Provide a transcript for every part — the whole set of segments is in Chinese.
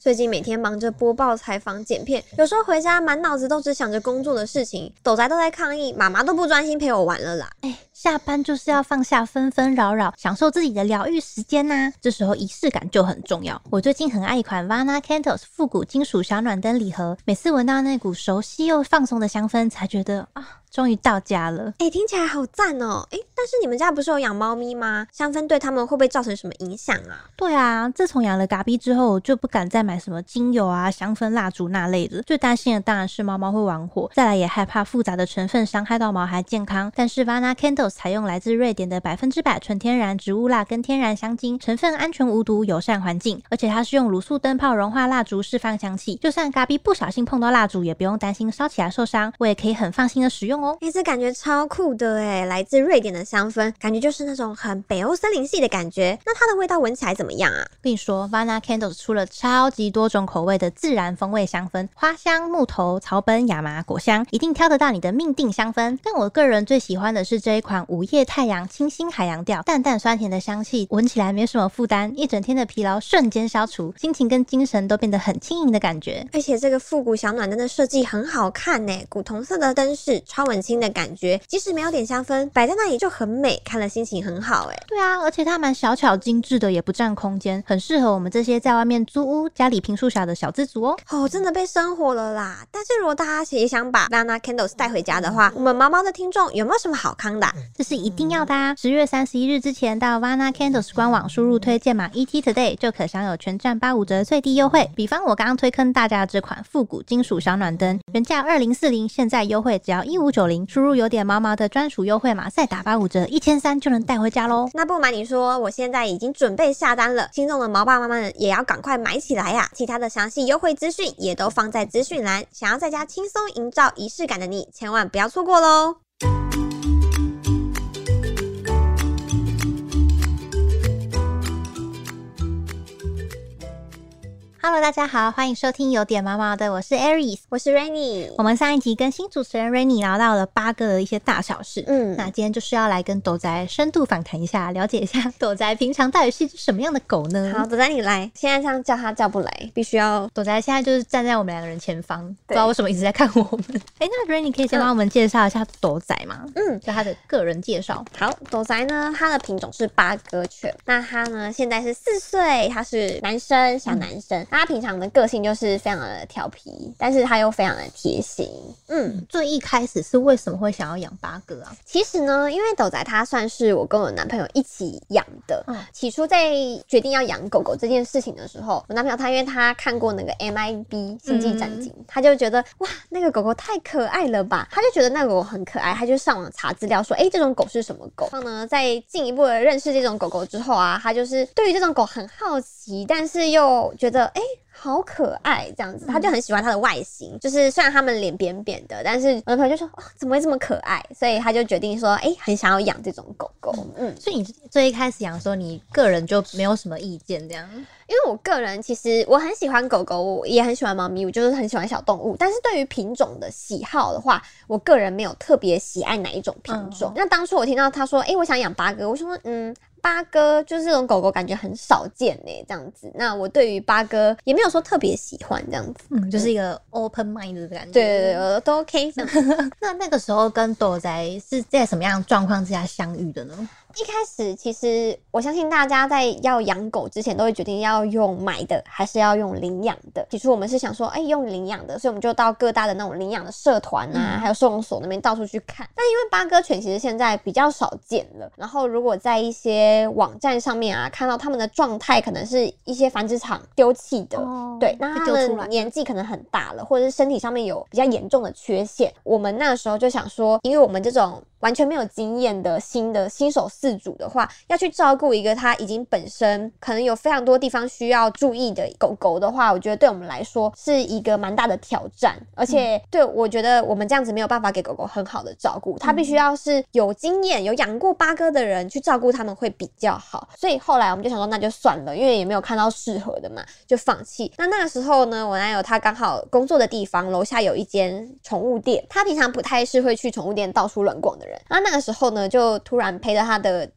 最近每天忙着播报、采访、剪片，有时候回家满脑子都只想着工作的事情，斗仔都在抗议，妈妈都不专心陪我玩了啦。 下班就是要放下纷纷扰扰，享受自己的疗愈时间啊，这时候仪式感就很重要。我最近很爱一款 Vana Candles 复古金属小暖灯礼盒，每次闻到那股熟悉又放松的香氛，才觉得终于到家了。 听起来好赞哦。但是你们家不是有养猫咪吗？香氛对他们会不会造成什么影响啊？ 对啊，自从养了嘎比之后，我就不敢再买什么精油啊、香氛蜡烛那类的。最担心的当然是猫猫会玩火，再来也害怕复杂的成分伤害到毛孩健康。但是 Vana Candles 采用来自瑞典的100%纯天然植物蜡跟天然香精，成分安全无毒，友善环境。而且它是用卤素灯泡融化蜡烛释放香气，就算嘎比不小心碰到蜡烛，也不用担心烧起来受伤，我也可以很放心的使用哦。 这感觉超酷的来自瑞典的香氛，感觉就是那种很北欧森林系的感觉。那它的味道闻起来怎么样啊？ 并说 Vana Candles 出了超级多种口味的自然风味香氛，花香、木头、草本、亚麻、果香，一定挑得到你的命定香氛。但我个人最喜欢的是这一款午夜太阳清新海洋调，淡淡酸甜的香气，闻起来没什么负担，一整天的疲劳瞬间消除，心情跟精神都变得很轻盈的感觉。 而且这个复古小暖灯的设计很好看古铜色的灯饰，超文青的感觉，即使没有点香氛，摆在那里就很美，看了心情很好对啊，而且它蛮小巧精致的，也不占空间，很适合我们这些在外面租屋、家里坪数小的小资族哦。 真的被生活了啦！但是如果大家也想把 Vana Candles 带回家的话，我们毛毛的听众有没有什么好康的这是一定要的10月31日之前到 Vana Candles 官网输入推荐码 ETtoday 就可享有全站85折最低优惠。比方我刚刚推坑大家的这款复古金属小暖灯，原价2040，现在优惠只要1590，输入有点毛毛的专属优惠码再打85折，1300就能带回家咯。 那不瞒你说，我现在已经准备下单了，心动的毛爸妈们也要赶快买起来呀！其他的详细优惠资讯也都放在资讯栏，想要在家轻松营造仪式感的你，千万不要错过咯。 Hello， 大家好，欢迎收听有点毛毛的，我是 Aries， 我是 Rainy。 我们上一集跟新主持人 Rainy 聊到了8个的一些大小事，那今天就是要来跟斗仔深度访谈一下，了解一下斗仔平常到底是一只什么样的狗呢？ 好，斗仔你来，现在这样叫他叫不来，必须要斗仔现在就是站在我们2个人前方，不知道为什么一直在看我们。那 Rainy 可以先帮我们介绍一下斗仔吗？就他的个人介绍。 好，斗仔呢，他的品种是巴哥犬，那他呢现在是4岁，他是男生，小男生。他平常的个性就是非常的调皮，但是他又非常的贴心。 最一开始是为什么会想要养巴哥啊？ 其实呢，因为斗仔他算是我跟我男朋友一起养的。起初在决定要养狗狗这件事情的时候，我男朋友他因为他看过那个 MIB 星际战警，他就觉得哇，那个狗狗太可爱了吧，他就觉得那个狗很可爱，他就上网查资料说，这种狗是什么狗？然后呢，在进一步的认识这种狗狗之后啊，他就是对于这种狗很好奇，但是又觉得好可爱这样子，他就很喜欢它的外形，就是虽然他们脸扁扁的，但是我男朋友就说怎么会这么可爱，所以他就决定说很想要养这种狗狗。 所以你最一开始养的时候，你个人就没有什么意见这样？ 因为我个人其实我很喜欢狗狗，我也很喜欢猫咪，我就是很喜欢小动物，但是对于品种的喜好的话，我个人没有特别喜爱哪一种品种。那当初我听到他说我想养巴哥，我说巴哥就是这种狗狗感觉很少见这样子，那我对于巴哥也没有说特别喜欢这样子。 就是一个 open mind 的感觉。 对，我都 OK 这样子。 那个时候跟斗仔是在什么样的状况之下相遇的呢？ 一开始其实我相信大家在要养狗之前都会决定要用买的还是要用领养的。起初我们是想说用领养的，所以我们就到各大的那种领养的社团啊，还有收容所那边到处去看。但因为巴哥犬其实现在比较少见了，然后如果在一些网站上面啊看到他们的状态可能是一些繁殖场丢弃的，对，那他们年纪可能很大了，或者是身体上面有比较严重的缺陷，我们那个时候就想说，因为我们这种完全没有经验的新手饲主的话，要去照顾一个他已经本身可能有非常多地方需要注意的狗狗的话，我觉得对我们来说是一个蛮大的挑战，而且对我觉得我们这样子没有办法给狗狗很好的照顾，它必须要是有经验有养过巴哥的人去照顾他们会比较好，所以后来我们就想说那就算了，因为也没有看到适合的嘛，就放弃。那个时候呢，我男友他刚好工作的地方楼下有一间宠物店，他平常不太是会去宠物店到处乱逛的人，那个时候呢就突然陪着他的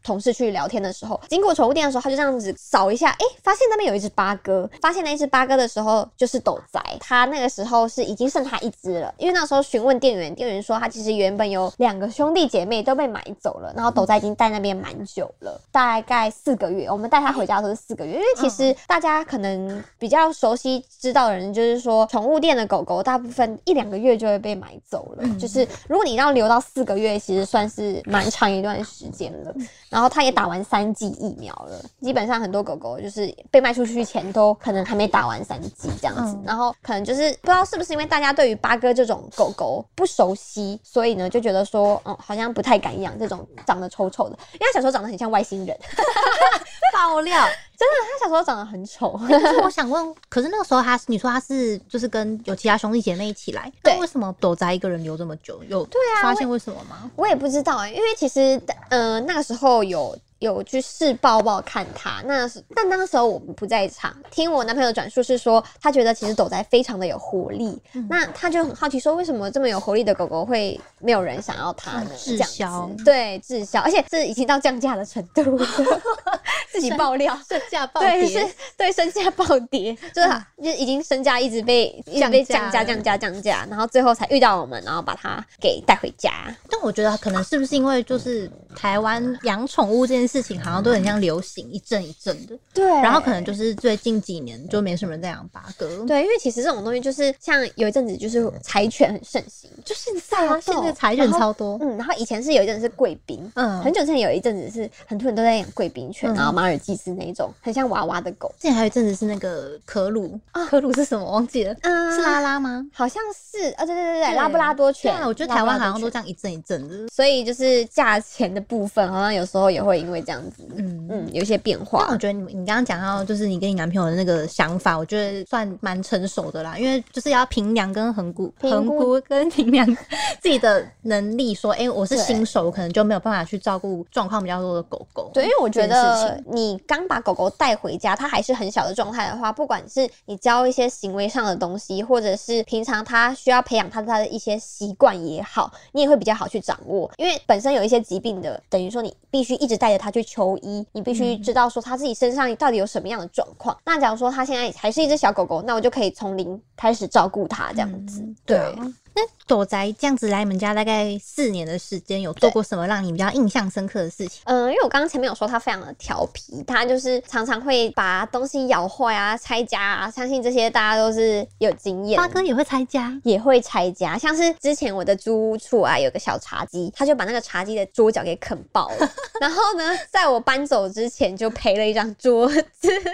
同事去聊天的时候，经过宠物店的时候，他就这样子扫一下，发现那边有一只八哥。发现那只八哥的时候，就是斗仔。他那个时候是已经剩他一只了，因为那时候询问店员，店员说他其实原本有2个兄弟姐妹都被买走了，然后斗仔已经在那边蛮久了，大概4个月。我们带他回家的时候是4个月，因为其实大家可能比较熟悉知道的人，就是说宠物店的狗狗大部分1-2个月就会被买走了，就是如果你要留到4个月，其实算是蛮长一段时间了。然后他也打完3剂疫苗了，基本上很多狗狗就是被卖出去前都可能还没打完3剂这样子，然后可能就是不知道是不是因为大家对于八哥这种狗狗不熟悉，所以呢就觉得说好像不太敢养这种长得丑丑的，因为他小时候长得很像外星人爆料真的，他小时候长得很丑可是我想问，可是那个时候你说他是就是跟有其他兄弟姐妹一起来， 对， 那为什么斗仔一个人留这么久？有发现为什么吗？ 我也不知道因为其实那个时候有去试抱抱看他，但那个时候我们不在场，听我男朋友转述是说，他觉得其实斗仔非常的有活力，那他就很好奇说，为什么这么有活力的狗狗会没有人想要它呢？ 滞销， 对，滞销，而且是已经到降价的程度了自己爆料， 身价暴跌， 对，身价暴跌，就已经身价一直被降价，然后最后才遇到我们，然后把它给带回家。 但我觉得可能是不是因为就是台湾养宠物这件事情好像都很像流行一阵一阵的， 对， 然后可能就是最近几年就没什么人在养八哥， 对，因为其实这种东西就是像有一阵子就是柴犬很盛行， 就现在现在柴犬超多， 然后以前是有一阵子是贵宾，很久之前有一阵子是很多人都在养贵宾犬，然后马尔济斯那种很像娃娃的狗， 之前还有一阵子是那个可鲁，可鲁是什么忘记了，是拉拉吗？ 好像是对，拉布拉多犬， 对，我觉得台湾好像都这样一阵一阵的， 所以就是价钱的部分好像有时候也会因为这样子有一些变化。 但我觉得你刚刚讲到就是你跟你男朋友的那个想法，我觉得算蛮成熟的啦，因为就是要评量跟衡估跟评量自己的能力说我是新手，我可能就没有办法去照顾状况比较多的狗狗。 对，因为我觉得你刚把狗狗带回家，它还是很小的状态的话，不管是你教一些行为上的东西，或者是平常它需要培养它的一些习惯也好，你也会比较好去掌握。因为本身有一些疾病的，等于说你必须一直带着它去求医，你必须知道说它自己身上到底有什么样的状况。那假如说它现在还是一只小狗狗，那我就可以从零开始照顾它这样子。对。 那斗仔这样子来你们家大概4年的时间，有做过什么让你比较印象深刻的事情？ 因为我刚刚前面有说他非常的调皮，他就是常常会把东西咬坏啊、拆家啊，相信这些大家都是有经验。 八哥也会拆家， 也会拆家，像是之前我的租屋处啊，有个小茶几，他就把那个茶几的桌角给啃爆了。然后呢，在我搬走之前就赔了一张桌子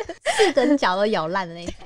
4根脚都咬烂的那种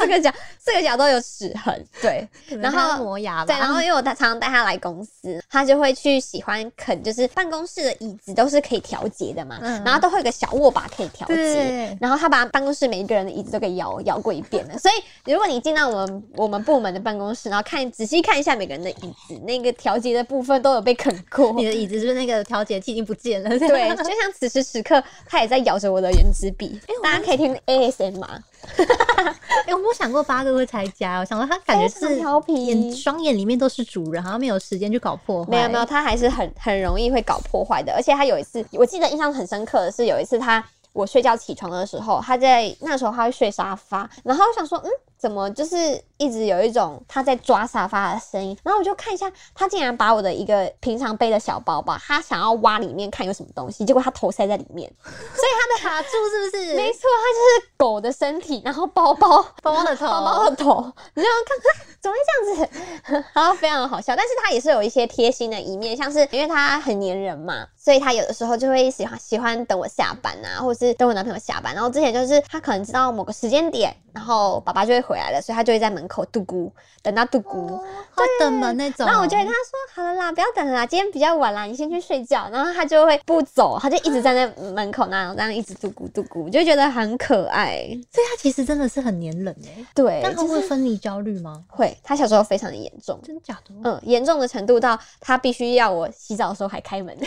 ，4个角都有齿痕。对，然后磨牙吧。 对，然后因为我常常带他来公司，他就会去喜欢啃，就是办公室的椅子都是可以调节的嘛，然后都会有个小握把可以调节，然后他把办公室每一个人的椅子都给摇过一遍了。所以如果你进到我们部门的办公室，然后仔细看一下每个人的椅子，那个调节的部分都有被啃过。 你的椅子是不是那个调节器已经不见了？ 对，就像此时此刻，他也在咬着我的圆珠笔。大家可以听 ASMR。 我没有想过八哥会拆家，我想说他感觉是调皮， 双眼里面都是主人，好像没有时间去搞破坏。 没有，他还是很容易会搞破坏的。而且他有一次，我记得印象很深刻的是，有一次我睡觉起床的时候，那时候他会睡沙发，然后我想说，怎么就是一直有一种他在抓沙发的声音，然后我就看一下，他竟然把我的一个平常背的小包包，他想要挖里面看有什么东西，结果他头塞在里面，所以他的卡住是不是？ 没错，他就是狗的身体，然后包包的头，你就看怎么会这样子，然后非常好笑。但是他也是有一些贴心的一面，像是因为他很黏人嘛，所以他有的时候就会喜欢等我下班啊，或者是等我男朋友下班。然后之前就是他可能知道某个时间点，然后爸爸就会回来了，所以他就会在门口度咕，等到度咕， 会等门那种。 然后我就会跟他说：“好了啦，不要等了啦，今天比较晚啦，你先去睡觉。”然后他就会不走，他就一直站在门口那样，这样一直度咕度咕，就觉得很可爱。 所以他其实真的是很黏人哎。 对， 但他会分离焦虑吗？ 会， 对，他小时候非常的严重。 真假的？ 严重的程度到他必须要我洗澡的时候还开门。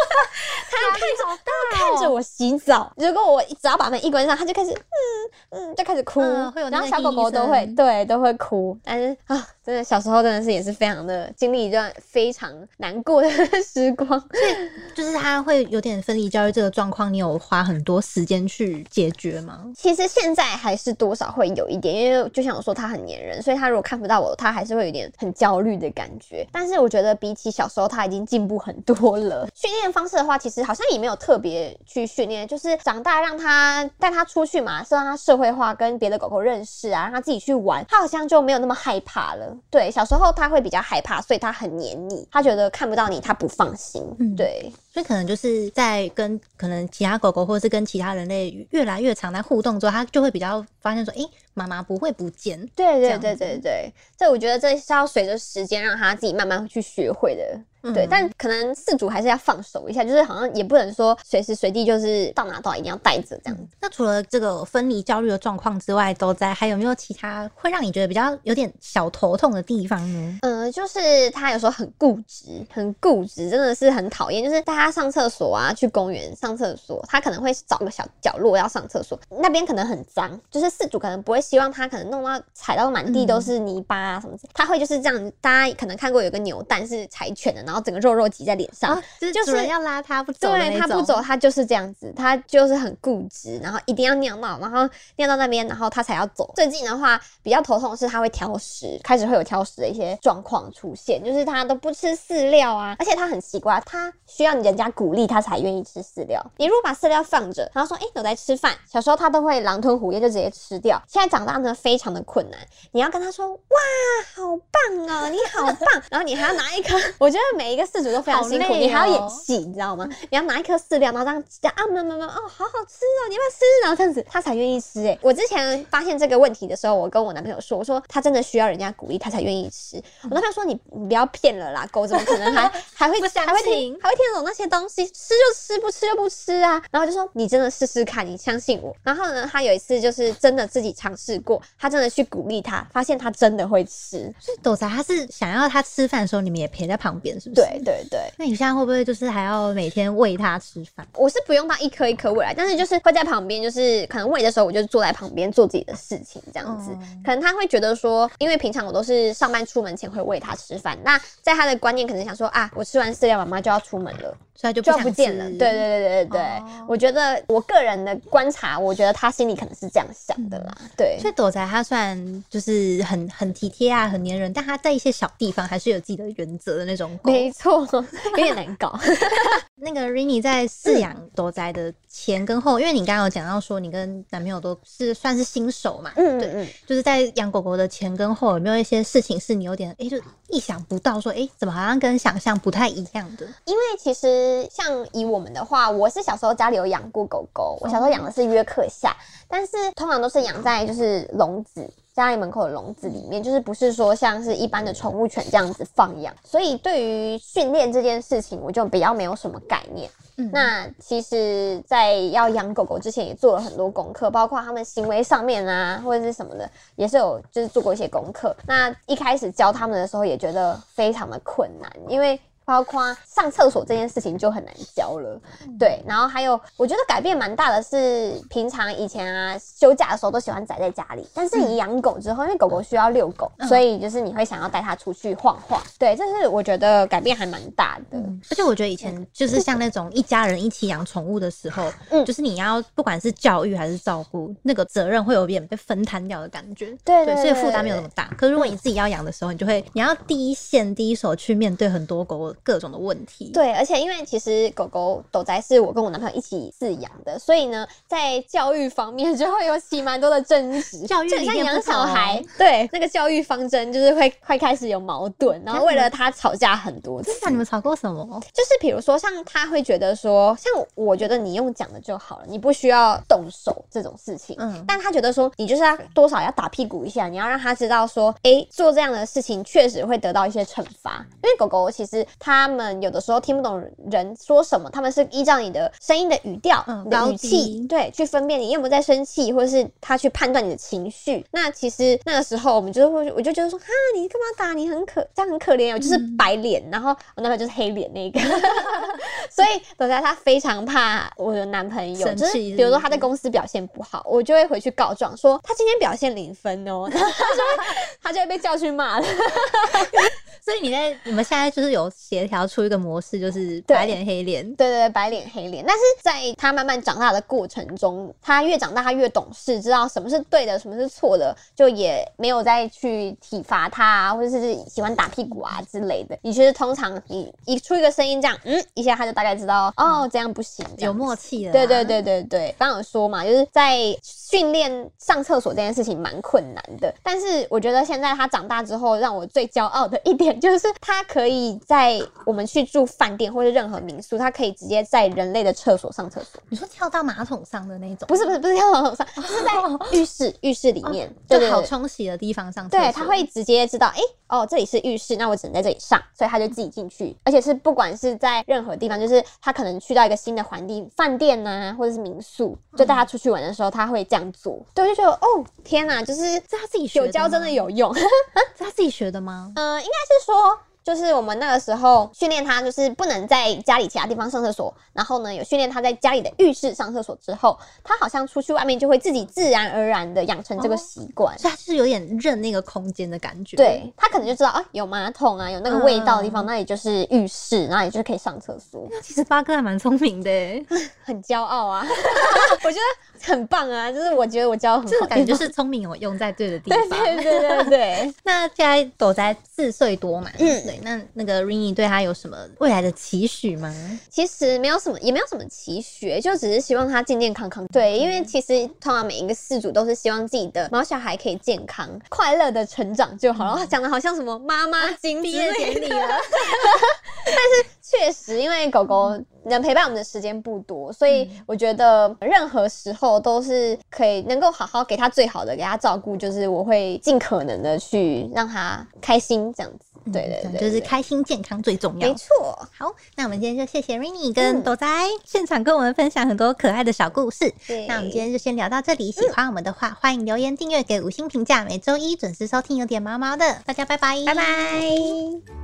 他看着我洗澡，如果我只要把门一关上，他就开始就开始哭， 会有那个然后小狗狗都会哭。但是真的小时候真的是也是非常的经历一段非常难过的时光。 所以就是他会有点分离焦虑这个状况，你有花很多时间去解决吗？ 其实现在还是多少会有一点，因为就像我说他很黏人，所以他如果看不到我，他还是会有点很焦虑的感觉。但是我觉得比起小时候他已经进步很多了。训练方式的话其实好像也没有特别去训练，就是长大让他带他出去嘛，是让他社会化，跟别的狗狗认识啊，让他自己去玩，他好像就没有那么害怕了。对，小时候他会比较害怕，所以他很黏你，他觉得看不到你他不放心。对， 所以可能就是在跟可能其他狗狗或者是跟其他人类越来越常在互动之后，他就会比较发现说妈妈不会不见。 对，这我觉得这是要随着时间让他自己慢慢去学会的。对，但可能饲主还是要放手一下，就是好像也不能说随时随地就是到哪一定要带着这样子。 那除了这个分离焦虑的状况之外，都在还有没有其他会让你觉得比较有点小头痛的地方呢？ 就是他有时候很固执，真的是很讨厌。就是带他上厕所啊，去公园上厕所，他可能会找个小角落要上厕所，那边可能很脏，就是饲主可能不会希望他可能弄到踩到满地都是泥巴啊什么之类，他会就是这样。大家可能看过有个扭蛋是柴犬的，然后整个肉挤在脸上， 就是主人要拉他不走的那种。 对，他不走，他就是这样子，他就是很固执，然后一定要尿到，然后尿到那边，然后他才要走。最近的话比较头痛的是他会挑食，开始会有挑食的一些状况出现，就是他都不吃饲料啊，而且他很奇怪，他需要人家鼓励他才愿意吃饲料。你如果把饲料放着，然后说有在吃饭，小时候他都会狼吞虎咽就直接吃掉，现在长大呢非常的困难，你要跟他说哇好棒哦，你好棒，然后你还要拿一颗，我觉得每一个饲主都非常辛苦，你还要演戏，你知道吗？你要拿一颗饲料，然后这样好好吃哦，你要不要吃？然后这样子他才愿意吃。我之前发现这个问题的时候，我跟我男朋友说，我说他真的需要人家鼓励他才愿意吃。我男朋友说你不要骗了啦，狗怎么可能还会听懂那些东西？吃就吃，不吃就不吃啊。然后就说你真的试试看，你相信我。然后呢，他有一次就是真的自己尝试过，他真的去鼓励他，发现他真的会吃。 所以斗仔他是想要他吃饭的时候，你们也陪在旁边，是不是？ 对。 那你现在会不会就是还要每天喂他吃饭？ 我是不用到一颗一颗喂来，但是就是会在旁边，就是可能喂的时候我就坐在旁边做自己的事情这样子。可能他会觉得说，因为平常我都是上班出门前会喂他吃饭，那在他的观念可能想说我吃完饲料妈妈就要出门了， 所以就不见了。对，我觉得我个人的观察，我觉得他心里可能是这样想的啦。对， 所以斗仔他虽然就是很体贴啊，很黏人，但他在一些小地方还是有自己的原则的那种狗。 没错，有点难搞。 那个 Rini 在饲养斗仔的前跟后，因为你刚刚有讲到说你跟男朋友都是算是新手嘛，对，就是在养狗狗的前跟后，有没有一些事情是你有点就意想不到说怎么好像跟想象不太一样的？ 因为其实像以我们的话，我是小时候家里有养过狗狗，我小时候养的是约克夏，但是通常都是养在就是笼子，家里门口的笼子里面，就是不是说像是一般的宠物犬这样子放养，所以对于训练这件事情我就比较没有什么概念。那其实在要养狗狗之前也做了很多功课，包括他们行为上面啊或者是什么的也是有就是做过一些功课。那一开始教他们的时候也觉得非常的困难，因为包括上厕所这件事情就很难教了。对，然后还有我觉得改变蛮大的是，平常以前啊休假的时候都喜欢宅在家里，但是你养狗之后，因为狗狗需要遛狗，所以就是你会想要带它出去晃晃。对，这是我觉得改变还蛮大的。 而且我觉得以前就是像那种一家人一起养宠物的时候，就是你要不管是教育还是照顾，那个责任会有点被分摊掉的感觉。对，所以负担没有那么大。可是如果你自己要养的时候，你要第一手去面对很多狗狗各种的问题。 对，而且因为其实狗狗斗仔是我跟我男朋友一起饲养的，所以呢在教育方面就会有起蛮多的争执。 教育就像养小孩，对，那个教育方针就是会开始有矛盾，然后为了他吵架很多次。 你们吵过什么？ 就是比如说像他会觉得说，像我觉得你用讲的就好了，你不需要动手这种事情。但他觉得说你就是要多少要打屁股一下，你要让他知道说做这样的事情确实会得到一些惩罚。因为狗狗其实他们有的时候听不懂人说什么，他们是依照你的声音的语调、你的语气，对，去分辨你有没有在生气，或者是他去判断你的情绪。那其实那个时候我就觉得说，哈，你干嘛打？你这样很可怜。我就是白脸，然后我男朋友就是黑脸那个，所以朵仔他非常怕我的男朋友，就是比如说他在公司表现不好，我就会回去告状说他今天表现0分哦，他就会被叫去骂了。 所以你们现在就是有协调出一个模式，就是白脸黑脸。 对对对，白脸黑脸。但是在他慢慢长大的过程中，他越长大他越懂事，知道什么是对的，什么是错的，就也没有再去体罚他啊，或者是喜欢打屁股啊之类的。你觉得通常你一出一个声音这样，一下他就大概知道哦，这样不行，这样有默契了。 对对对对对，刚刚有说嘛，就是在训练上厕所这件事情蛮困难的，但是我觉得现在他长大之后，让我最骄傲的一点就是他可以在我们去住饭店或者任何民宿，他可以直接在人类的厕所上厕所。 你说跳到马桶上的那种？ 不是跳到马桶上，就是在浴室里面， 就好冲洗的地方上厕所。 对，他会直接知道，这里是浴室，那我只能在这里上，所以他就自己进去，而且是不管是在任何地方，就是他可能去到一个新的环境，饭店啊，或者是民宿，就带他出去玩的时候，他会这样做。对，我就觉得哦，天哪，就是这他自己学的吗？ 有教真的有用。 是他自己学的吗？ 应该是说。就是我们那个时候训练他，就是不能在家里其他地方上厕所，然后呢，有训练他在家里的浴室上厕所之后，他好像出去外面就会自己自然而然的养成这个习惯， 所以他是有点认那个空间的感觉。 对，他可能就知道有马桶啊，有那个味道的地方，那里就是浴室，然后也就是可以上厕所。 其实八哥还蛮聪明的耶， 很骄傲啊，我觉得很棒啊，就是我觉得我教很好， 这个感觉就是聪明，我用在对的地方。 对。 那现在朵仔4岁多嘛，对，那个 Rini 对他有什么未来的期许吗？ 其实没有什么，也没有什么期许，就只是希望他健健康康。对，因为其实通常每一个饲主都是希望自己的毛小孩可以健康、快乐的成长就好。然后讲的好像什么妈妈经毕业典礼了，但是确实，因为狗狗能陪伴我们的时间不多，所以我觉得任何时候都是可以能够好好给他最好的，给他照顾，就是我会尽可能的去让他开心这样子。对， 就是开心健康最重要。 没错。 好，那我们今天就谢谢 Rini 跟朵仔现场跟我们分享很多可爱的小故事。那我们今天就先聊到这里，喜欢我们的话，欢迎留言订阅给5星评价，每周一准时收听有点毛毛的，大家拜拜， 拜拜。